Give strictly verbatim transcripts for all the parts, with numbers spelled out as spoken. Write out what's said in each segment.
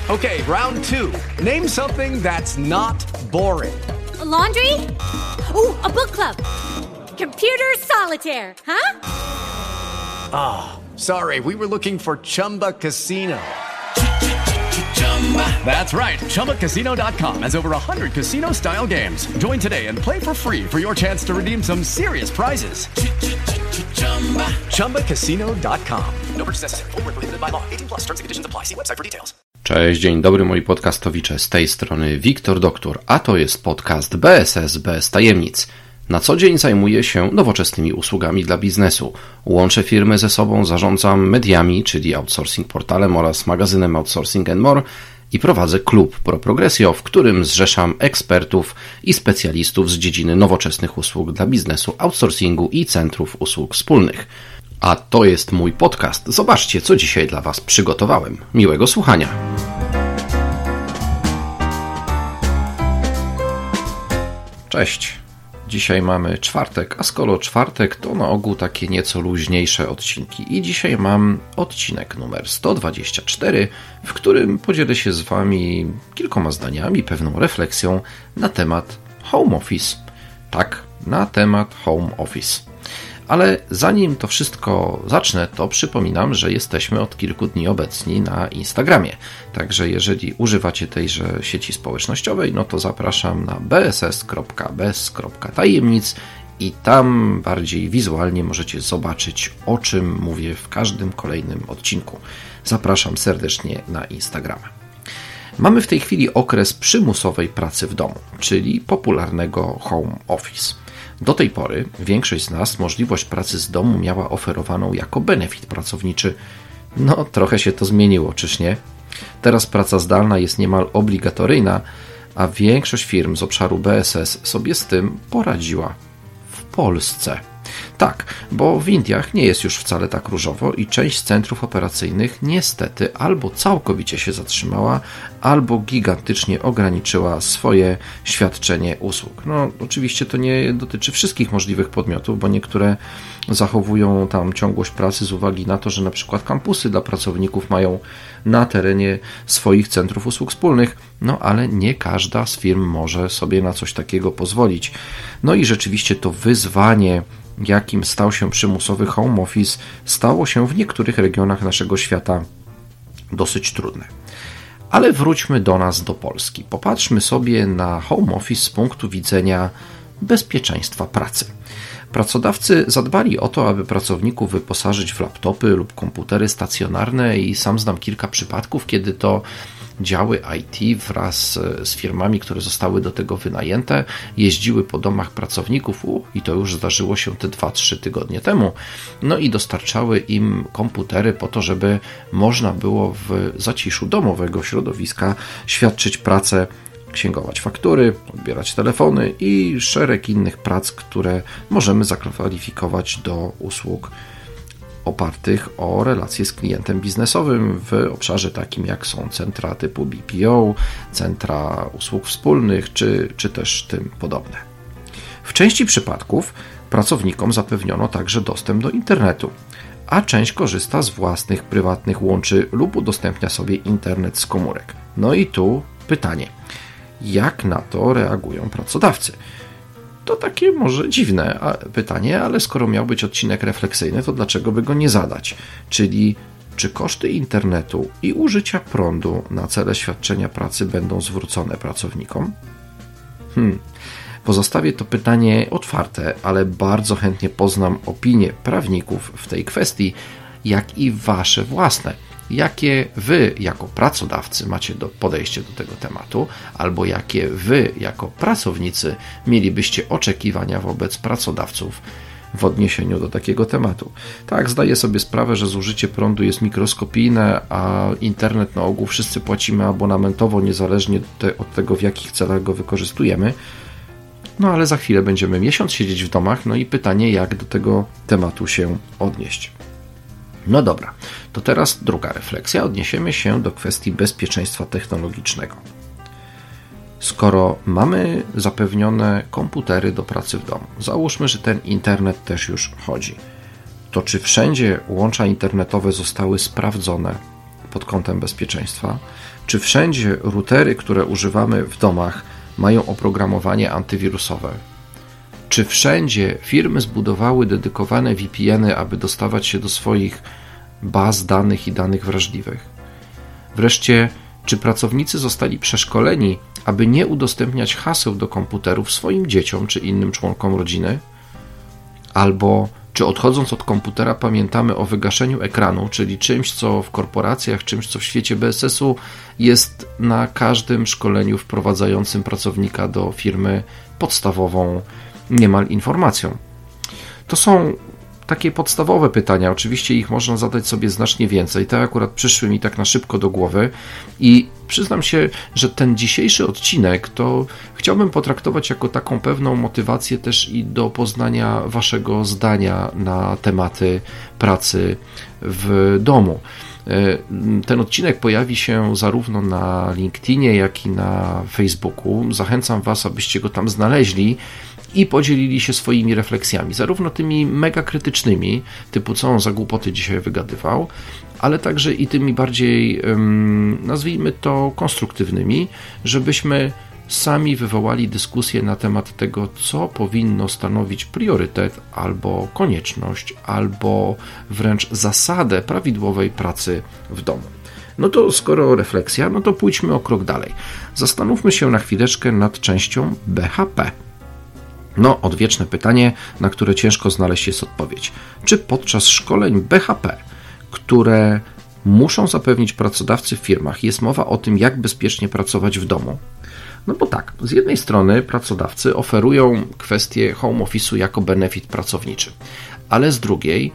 Okay, round two. Name something that's not boring. A laundry? Ooh, a book club. Computer solitaire, huh? Ah, oh, sorry, we were looking for Chumba Casino. That's right, Chumba Casino dot com has over one hundred casino-style games. Join today and play for free for your chance to redeem some serious prizes. Chumba Casino dot com. No purchase necessary. Void where prohibited by law. eighteen plus. Terms and conditions apply. See website for details. Cześć, dzień dobry moi podcastowicze, z tej strony Wiktor Doktor, a to jest podcast B S S bez tajemnic. Na co dzień zajmuję się nowoczesnymi usługami dla biznesu. Łączę firmy ze sobą, zarządzam mediami, czyli outsourcing portalem oraz magazynem Outsourcing and More i prowadzę klub ProProgressio, w którym zrzeszam ekspertów i specjalistów z dziedziny nowoczesnych usług dla biznesu, outsourcingu i centrów usług wspólnych. A to jest mój podcast. Zobaczcie, co dzisiaj dla Was przygotowałem. Miłego słuchania. Cześć. Dzisiaj mamy czwartek, a skoro czwartek, to na ogół takie nieco luźniejsze odcinki. I dzisiaj mam odcinek numer sto dwadzieścia cztery, w którym podzielę się z Wami kilkoma zdaniami, pewną refleksją na temat home office. Tak, na temat home office. Ale zanim to wszystko zacznę, to przypominam, że jesteśmy od kilku dni obecni na Instagramie. Także jeżeli używacie tejże sieci społecznościowej, no to zapraszam na b s s kropka bez kropka tajemnic i tam bardziej wizualnie możecie zobaczyć, o czym mówię w każdym kolejnym odcinku. Zapraszam serdecznie na Instagrama. Mamy w tej chwili okres przymusowej pracy w domu, czyli popularnego home office. Do tej pory większość z nas możliwość pracy z domu miała oferowaną jako benefit pracowniczy. No, trochę się to zmieniło, czyż nie? Teraz praca zdalna jest niemal obligatoryjna, a większość firm z obszaru B S S sobie z tym poradziła. W Polsce. Tak, bo w Indiach nie jest już wcale tak różowo i część centrów operacyjnych niestety albo całkowicie się zatrzymała, albo gigantycznie ograniczyła swoje świadczenie usług. No, oczywiście to nie dotyczy wszystkich możliwych podmiotów, bo niektóre zachowują tam ciągłość pracy z uwagi na to, że na przykład kampusy dla pracowników mają na terenie swoich centrów usług wspólnych, no ale nie każda z firm może sobie na coś takiego pozwolić. No i rzeczywiście to wyzwanie, jakim stał się przymusowy home office, stało się w niektórych regionach naszego świata dosyć trudne. Ale wróćmy do nas, do Polski. Popatrzmy sobie na home office z punktu widzenia bezpieczeństwa pracy. Pracodawcy zadbali o to, aby pracowników wyposażyć w laptopy lub komputery stacjonarne i sam znam kilka przypadków, kiedy to działy I T wraz z firmami, które zostały do tego wynajęte, jeździły po domach pracowników u, i to już zdarzyło się te dwa trzy tygodnie temu, no i dostarczały im komputery po to, żeby można było w zaciszu domowego środowiska świadczyć pracę, księgować faktury, odbierać telefony i szereg innych prac, które możemy zakwalifikować do usług opartych o relacje z klientem biznesowym w obszarze takim jak są centra typu B P O, centra usług wspólnych czy, czy też tym podobne. W części przypadków pracownikom zapewniono także dostęp do internetu, a część korzysta z własnych prywatnych łączy lub udostępnia sobie internet z komórek. No i tu pytanie, jak na to reagują pracodawcy? To takie może dziwne pytanie, ale skoro miał być odcinek refleksyjny, to dlaczego by go nie zadać? Czyli czy koszty internetu i użycia prądu na cele świadczenia pracy będą zwrócone pracownikom? Hmm. Pozostawię to pytanie otwarte, ale bardzo chętnie poznam opinie prawników w tej kwestii, jak i wasze własne. Jakie wy jako pracodawcy macie do podejście do tego tematu, albo jakie wy jako pracownicy mielibyście oczekiwania wobec pracodawców w odniesieniu do takiego tematu. Tak, zdaję sobie sprawę, że zużycie prądu jest mikroskopijne, a internet na ogół wszyscy płacimy abonamentowo, niezależnie od tego, w jakich celach go wykorzystujemy. No ale za chwilę będziemy miesiąc siedzieć w domach, no i pytanie, jak do tego tematu się odnieść. No dobra, to teraz druga refleksja. Odniesiemy się do kwestii bezpieczeństwa technologicznego. Skoro mamy zapewnione komputery do pracy w domu, załóżmy, że ten internet też już chodzi, to czy wszędzie łącza internetowe zostały sprawdzone pod kątem bezpieczeństwa? Czy wszędzie routery, które używamy w domach, mają oprogramowanie antywirusowe? Czy wszędzie firmy zbudowały dedykowane V P N-y, aby dostawać się do swoich baz danych i danych wrażliwych? Wreszcie, czy pracownicy zostali przeszkoleni, aby nie udostępniać haseł do komputerów swoim dzieciom czy innym członkom rodziny? Albo czy odchodząc od komputera pamiętamy o wygaszeniu ekranu, czyli czymś, co w korporacjach, czymś, co w świecie B S S-u jest na każdym szkoleniu wprowadzającym pracownika do firmy podstawową niemal informacją? To są takie podstawowe pytania, oczywiście ich można zadać sobie znacznie więcej, te akurat przyszły mi tak na szybko do głowy i przyznam się, że ten dzisiejszy odcinek to chciałbym potraktować jako taką pewną motywację też i do poznania waszego zdania na tematy pracy w domu. Ten odcinek pojawi się zarówno na LinkedInie, jak i na Facebooku. Zachęcam was, abyście go tam znaleźli i podzielili się swoimi refleksjami, zarówno tymi mega krytycznymi, typu co on za głupoty dzisiaj wygadywał, ale także i tymi bardziej, nazwijmy to, konstruktywnymi, żebyśmy sami wywołali dyskusję na temat tego, co powinno stanowić priorytet albo konieczność, albo wręcz zasadę prawidłowej pracy w domu. No to skoro refleksja, no to pójdźmy o krok dalej. Zastanówmy się na chwileczkę nad częścią B H P. No, odwieczne pytanie, na które ciężko znaleźć jest odpowiedź. Czy podczas szkoleń B H P, które muszą zapewnić pracodawcy w firmach, jest mowa o tym, jak bezpiecznie pracować w domu? No bo tak, z jednej strony pracodawcy oferują kwestię home office'u jako benefit pracowniczy, ale z drugiej,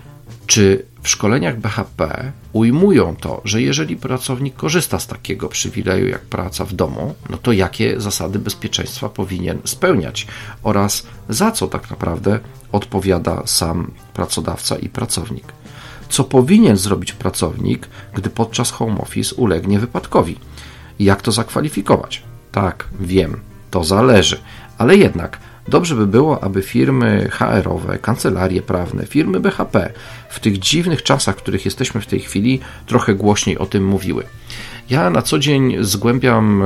czy w szkoleniach B H P ujmują to, że jeżeli pracownik korzysta z takiego przywileju jak praca w domu, no to jakie zasady bezpieczeństwa powinien spełniać oraz za co tak naprawdę odpowiada sam pracodawca i pracownik? Co powinien zrobić pracownik, gdy podczas home office ulegnie wypadkowi? Jak to zakwalifikować? Tak, wiem, to zależy, ale jednak dobrze by było, aby firmy H R-owe, kancelarie prawne, firmy B H P w tych dziwnych czasach, w których jesteśmy w tej chwili, trochę głośniej o tym mówiły. Ja na co dzień zgłębiam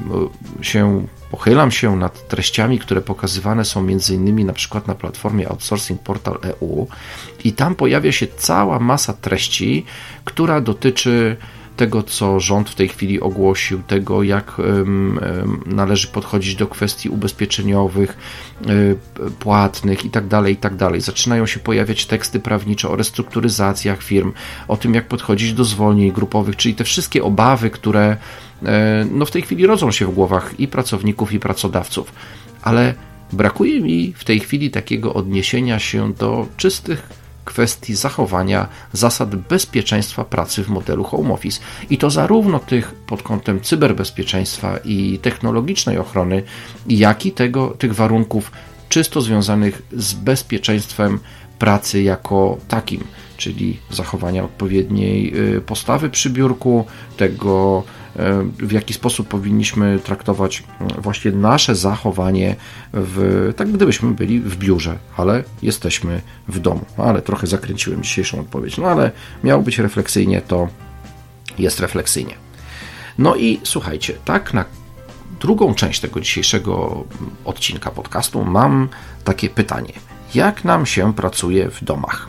się, pochylam się nad treściami, które pokazywane są między innymi na przykład na platformie Outsourcing Portal kropka e u i tam pojawia się cała masa treści, która dotyczy tego, co rząd w tej chwili ogłosił, tego, jak um, należy podchodzić do kwestii ubezpieczeniowych, y, płatnych itd., itd. Zaczynają się pojawiać teksty prawnicze o restrukturyzacjach firm, o tym, jak podchodzić do zwolnień grupowych, czyli te wszystkie obawy, które y, no, w tej chwili rodzą się w głowach i pracowników, i pracodawców. Ale brakuje mi w tej chwili takiego odniesienia się do czystych kwestii zachowania zasad bezpieczeństwa pracy w modelu home office. I to zarówno tych pod kątem cyberbezpieczeństwa i technologicznej ochrony, jak i tego, tych warunków czysto związanych z bezpieczeństwem pracy jako takim, czyli zachowania odpowiedniej postawy przy biurku, tego, w jaki sposób powinniśmy traktować właśnie nasze zachowanie, w, tak gdybyśmy byli w biurze, ale jesteśmy w domu. Ale trochę zakręciłem dzisiejszą odpowiedź, no ale miało być refleksyjnie, to jest refleksyjnie. No i słuchajcie, tak na drugą część tego dzisiejszego odcinka podcastu mam takie pytanie. Jak nam się pracuje w domach?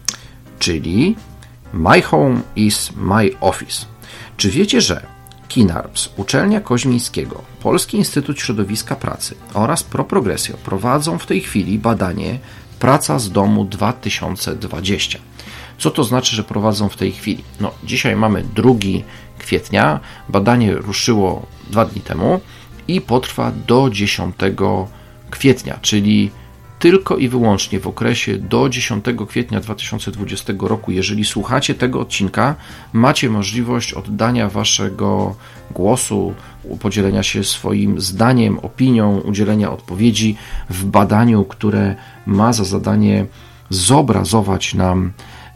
Czyli My home is my office. Czy wiecie, że KINARPS, Uczelnia Koźmińskiego, Polski Instytut Środowiska Pracy oraz ProProgressio prowadzą w tej chwili badanie Praca z domu dwa tysiące dwadzieścia. Co to znaczy, że prowadzą w tej chwili? No, dzisiaj mamy drugiego kwietnia, badanie ruszyło dwa dni temu i potrwa do dziesiątego kwietnia, czyli tylko i wyłącznie w okresie do dziesiątego kwietnia dwa tysiące dwudziestego roku. Jeżeli słuchacie tego odcinka, macie możliwość oddania waszego głosu, podzielenia się swoim zdaniem, opinią, udzielenia odpowiedzi w badaniu, które ma za zadanie zobrazować nam,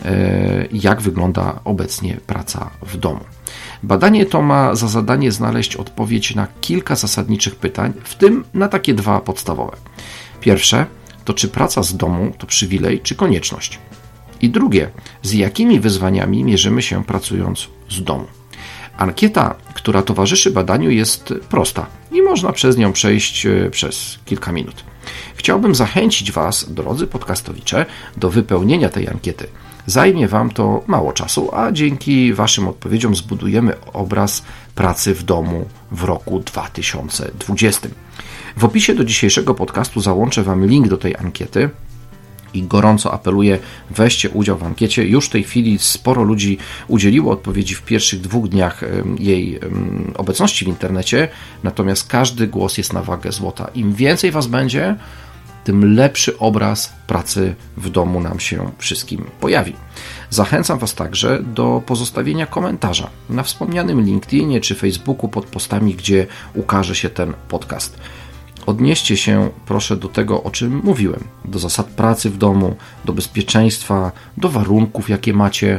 jak wygląda obecnie praca w domu. Badanie to ma za zadanie znaleźć odpowiedź na kilka zasadniczych pytań, w tym na takie dwa podstawowe. Pierwsze to, czy praca z domu to przywilej, czy konieczność? I drugie, z jakimi wyzwaniami mierzymy się pracując z domu. Ankieta, która towarzyszy badaniu, jest prosta i można przez nią przejść przez kilka minut. Chciałbym zachęcić Was, drodzy podcastowicze, do wypełnienia tej ankiety. Zajmie Wam to mało czasu, a dzięki Waszym odpowiedziom zbudujemy obraz pracy w domu w roku dwa tysiące dwudziestym. W opisie do dzisiejszego podcastu załączę Wam link do tej ankiety i gorąco apeluję, weźcie udział w ankiecie. Już w tej chwili sporo ludzi udzieliło odpowiedzi w pierwszych dwóch dniach jej obecności w internecie, natomiast każdy głos jest na wagę złota. Im więcej Was będzie, tym lepszy obraz pracy w domu nam się wszystkim pojawi. Zachęcam Was także do pozostawienia komentarza na wspomnianym LinkedInie czy Facebooku pod postami, gdzie ukaże się ten podcast. Odnieście się proszę do tego, o czym mówiłem, do zasad pracy w domu, do bezpieczeństwa, do warunków, jakie macie,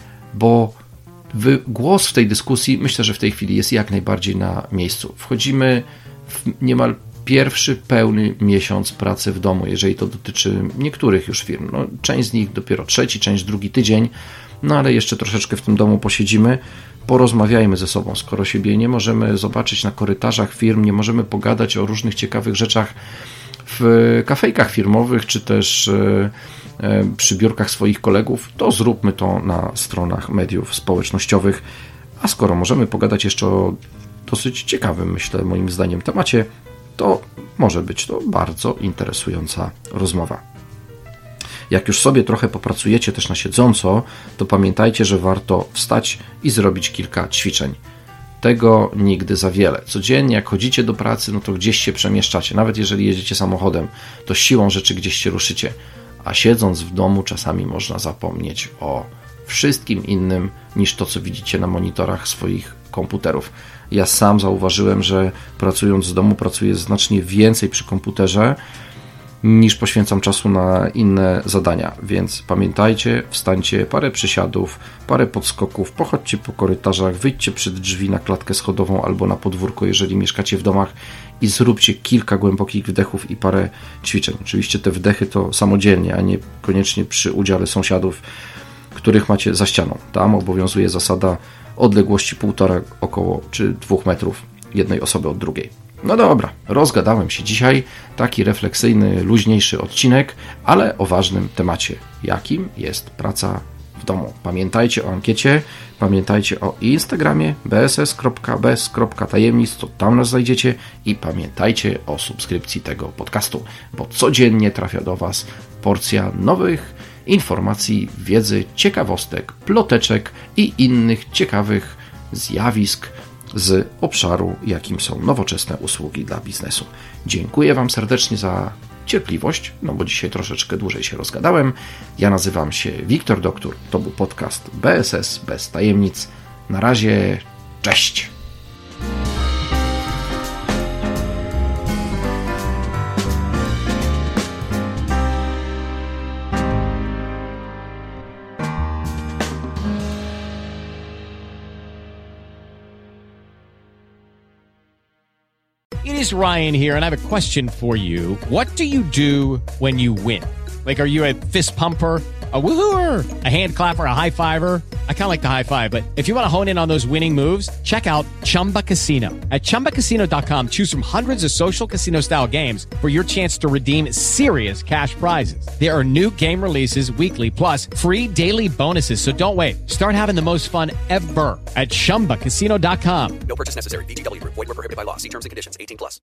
bo wy, głos w tej dyskusji myślę, że w tej chwili jest jak najbardziej na miejscu. Wchodzimy w niemal pierwszy pełny miesiąc pracy w domu, jeżeli to dotyczy niektórych już firm. No, część z nich dopiero trzeci, część drugi tydzień, no ale jeszcze troszeczkę w tym domu posiedzimy, porozmawiajmy ze sobą, skoro siebie nie możemy zobaczyć na korytarzach firm, nie możemy pogadać o różnych ciekawych rzeczach w kafejkach firmowych, czy też przy biurkach swoich kolegów, to zróbmy to na stronach mediów społecznościowych, a skoro możemy pogadać jeszcze o dosyć ciekawym, myślę, moim zdaniem temacie, to może być to bardzo interesująca rozmowa. Jak już sobie trochę popracujecie też na siedząco, to pamiętajcie, że warto wstać i zrobić kilka ćwiczeń. Tego nigdy za wiele. Codziennie jak chodzicie do pracy, no to gdzieś się przemieszczacie. Nawet jeżeli jedziecie samochodem, to siłą rzeczy gdzieś się ruszycie. A siedząc w domu czasami można zapomnieć o wszystkim innym niż to, co widzicie na monitorach swoich komputerów. Ja sam zauważyłem, że pracując z domu pracuję znacznie więcej przy komputerze niż poświęcam czasu na inne zadania, więc pamiętajcie, wstańcie, parę przysiadów, parę podskoków, pochodźcie po korytarzach, wyjdźcie przed drzwi na klatkę schodową albo na podwórko, jeżeli mieszkacie w domach i zróbcie kilka głębokich wdechów i parę ćwiczeń. Oczywiście te wdechy to samodzielnie, a nie koniecznie przy udziale sąsiadów, których macie za ścianą. Tam obowiązuje zasada odległości półtora około czy dwóch metrów jednej osoby od drugiej. No dobra, rozgadałem się dzisiaj, taki refleksyjny, luźniejszy odcinek, ale o ważnym temacie, jakim jest praca w domu. Pamiętajcie o ankiecie, pamiętajcie o Instagramie b s s kropka bez kropka tajemnic, to tam nas znajdziecie i pamiętajcie o subskrypcji tego podcastu, bo codziennie trafia do Was porcja nowych informacji, wiedzy, ciekawostek, ploteczek i innych ciekawych zjawisk z obszaru, jakim są nowoczesne usługi dla biznesu. Dziękuję Wam serdecznie za cierpliwość, no bo dzisiaj troszeczkę dłużej się rozgadałem. Ja nazywam się Wiktor Doktor, to był podcast B S S bez tajemnic. Na razie, cześć! It is Ryan here, and I have a question for you. What do you do when you win? Like, are you a fist pumper, a woohooer, a hand clapper, a high fiver? I kind of like the high five, but if you want to hone in on those winning moves, check out Chumba Casino. At chumba casino dot com, choose from hundreds of social casino-style games for your chance to redeem serious cash prizes. There are new game releases weekly, plus free daily bonuses, so don't wait. Start having the most fun ever at chumba casino dot com. No purchase necessary. V G W Group. Void where prohibited by law. See terms and conditions. eighteen plus.